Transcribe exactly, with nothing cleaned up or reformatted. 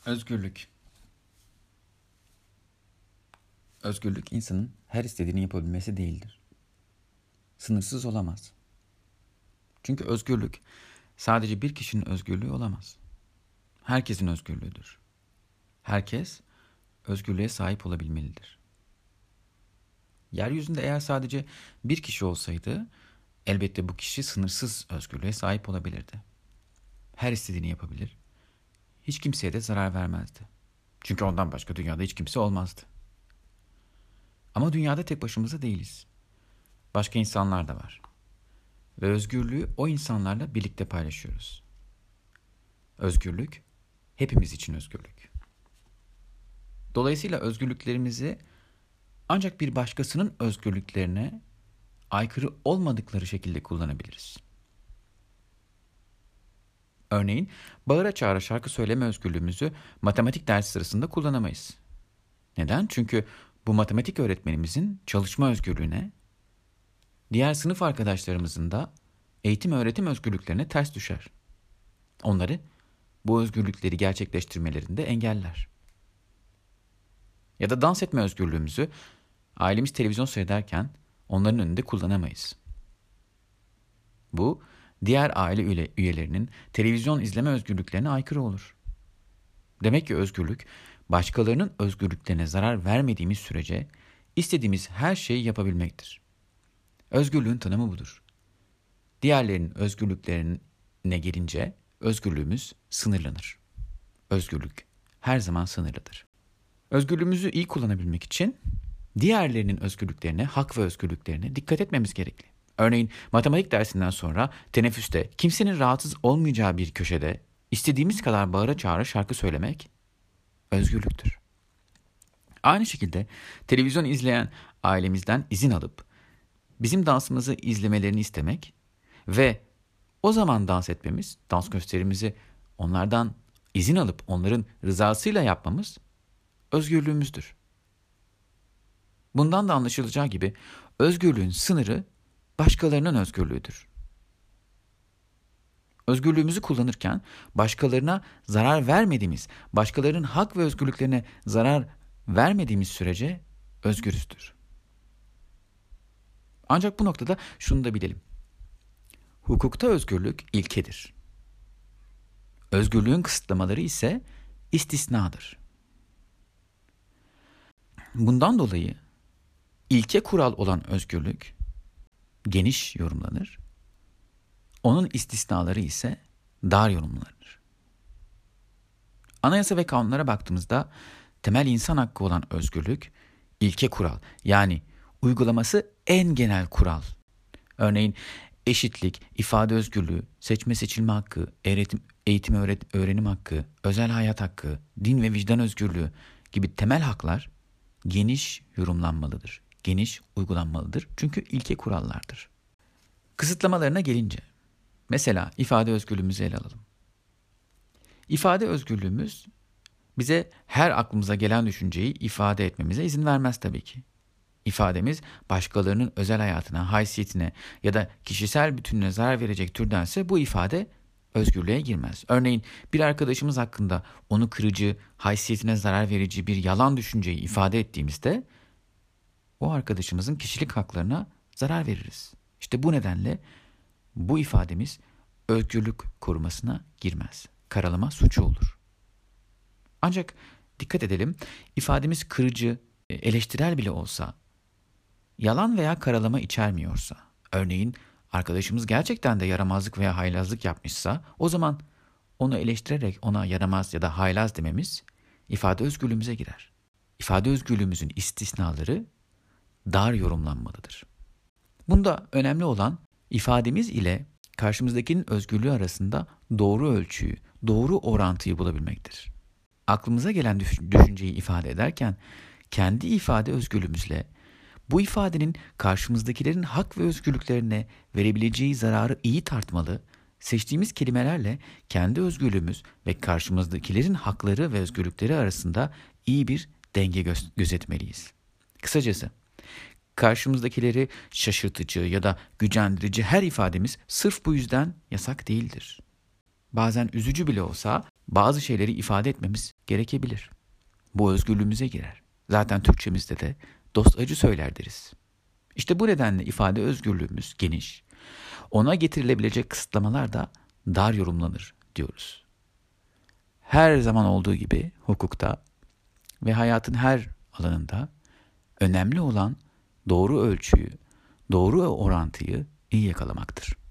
Özgürlük. Özgürlük insanın her istediğini yapabilmesi değildir. Sınırsız olamaz. Çünkü özgürlük sadece bir kişinin özgürlüğü olamaz. Herkesin özgürlüğüdür. Herkes özgürlüğe sahip olabilmelidir. Yeryüzünde eğer sadece bir kişi olsaydı elbette bu kişi sınırsız özgürlüğe sahip olabilirdi. Her istediğini yapabilir. Hiç kimseye de zarar vermezdi. Çünkü ondan başka dünyada hiç kimse olmazdı. Ama dünyada tek başımıza değiliz. Başka insanlar da var. Ve özgürlüğü o insanlarla birlikte paylaşıyoruz. Özgürlük, hepimiz için özgürlük. Dolayısıyla özgürlüklerimizi ancak bir başkasının özgürlüklerine aykırı olmadıkları şekilde kullanabiliriz. Örneğin bağıra çağıra şarkı söyleme özgürlüğümüzü matematik dersi sırasında kullanamayız. Neden? Çünkü bu matematik öğretmenimizin çalışma özgürlüğüne, diğer sınıf arkadaşlarımızın da eğitim öğretim özgürlüklerine ters düşer. Onları bu özgürlükleri gerçekleştirmelerinde engeller. Ya da dans etme özgürlüğümüzü ailemiz televizyon seyrederken onların önünde kullanamayız. Bu diğer aile üyelerinin televizyon izleme özgürlüklerine aykırı olur. Demek ki özgürlük, başkalarının özgürlüklerine zarar vermediğimiz sürece istediğimiz her şeyi yapabilmektir. Özgürlüğün tanımı budur. Diğerlerinin özgürlüklerine gelince özgürlüğümüz sınırlanır. Özgürlük her zaman sınırlıdır. Özgürlüğümüzü iyi kullanabilmek için diğerlerinin özgürlüklerine, hak ve özgürlüklerine dikkat etmemiz gerekli. Örneğin matematik dersinden sonra teneffüste kimsenin rahatsız olmayacağı bir köşede istediğimiz kadar bağıra çağıra şarkı söylemek özgürlüktür. Aynı şekilde televizyon izleyen ailemizden izin alıp bizim dansımızı izlemelerini istemek ve o zaman dans etmemiz, dans gösterimizi onlardan izin alıp onların rızasıyla yapmamız özgürlüğümüzdür. Bundan da anlaşılacağı gibi özgürlüğün sınırı başkalarının özgürlüğüdür. Özgürlüğümüzü kullanırken başkalarına zarar vermediğimiz, başkalarının hak ve özgürlüklerine zarar vermediğimiz sürece özgürüzdür. Ancak bu noktada şunu da bilelim. Hukukta özgürlük ilkedir. Özgürlüğün kısıtlamaları ise istisnadır. Bundan dolayı ilke kural olan özgürlük geniş yorumlanır. Onun istisnaları ise dar yorumlanır. Anayasa ve kanunlara baktığımızda temel insan hakkı olan özgürlük ilke kural, yani uygulaması en genel kural. Örneğin eşitlik, ifade özgürlüğü, seçme seçilme hakkı, eğitim, eğitim öğret, öğrenim hakkı, özel hayat hakkı, din ve vicdan özgürlüğü gibi temel haklar geniş yorumlanmalıdır. Geniş uygulanmalıdır. Çünkü ilke kurallardır. Kısıtlamalarına gelince, mesela ifade özgürlüğümüzü ele alalım. İfade özgürlüğümüz bize her aklımıza gelen düşünceyi ifade etmemize izin vermez tabii ki. İfademiz başkalarının özel hayatına, haysiyetine ya da kişisel bütününe zarar verecek türdense bu ifade özgürlüğe girmez. Örneğin bir arkadaşımız hakkında onu kırıcı, haysiyetine zarar verici bir yalan düşünceyi ifade ettiğimizde o arkadaşımızın kişilik haklarına zarar veririz. İşte bu nedenle bu ifademiz özgürlük korumasına girmez. Karalama suçu olur. Ancak dikkat edelim, ifademiz kırıcı, eleştirel bile olsa, yalan veya karalama içermiyorsa, örneğin arkadaşımız gerçekten de yaramazlık veya haylazlık yapmışsa, o zaman onu eleştirerek ona yaramaz ya da haylaz dememiz ifade özgürlüğümüze girer. İfade özgürlüğümüzün istisnaları dar yorumlanmalıdır. Bunda önemli olan ifademiz ile karşımızdakinin özgürlüğü arasında doğru ölçüyü, doğru orantıyı bulabilmektir. Aklımıza gelen düşünceyi ifade ederken kendi ifade özgürlüğümüzle bu ifadenin karşımızdakilerin hak ve özgürlüklerine verebileceği zararı iyi tartmalı, seçtiğimiz kelimelerle kendi özgürlüğümüz ve karşımızdakilerin hakları ve özgürlükleri arasında iyi bir denge gö- gözetmeliyiz. Kısacası, karşımızdakileri şaşırtıcı ya da gücendirici her ifademiz sırf bu yüzden yasak değildir. Bazen üzücü bile olsa bazı şeyleri ifade etmemiz gerekebilir. Bu özgürlüğümüze girer. Zaten Türkçemizde de dost acı söyler deriz. İşte bu nedenle ifade özgürlüğümüz geniş. Ona getirilebilecek kısıtlamalar da dar yorumlanır diyoruz. Her zaman olduğu gibi hukukta ve hayatın her alanında önemli olan doğru ölçüyü, doğru orantıyı iyi yakalamaktır.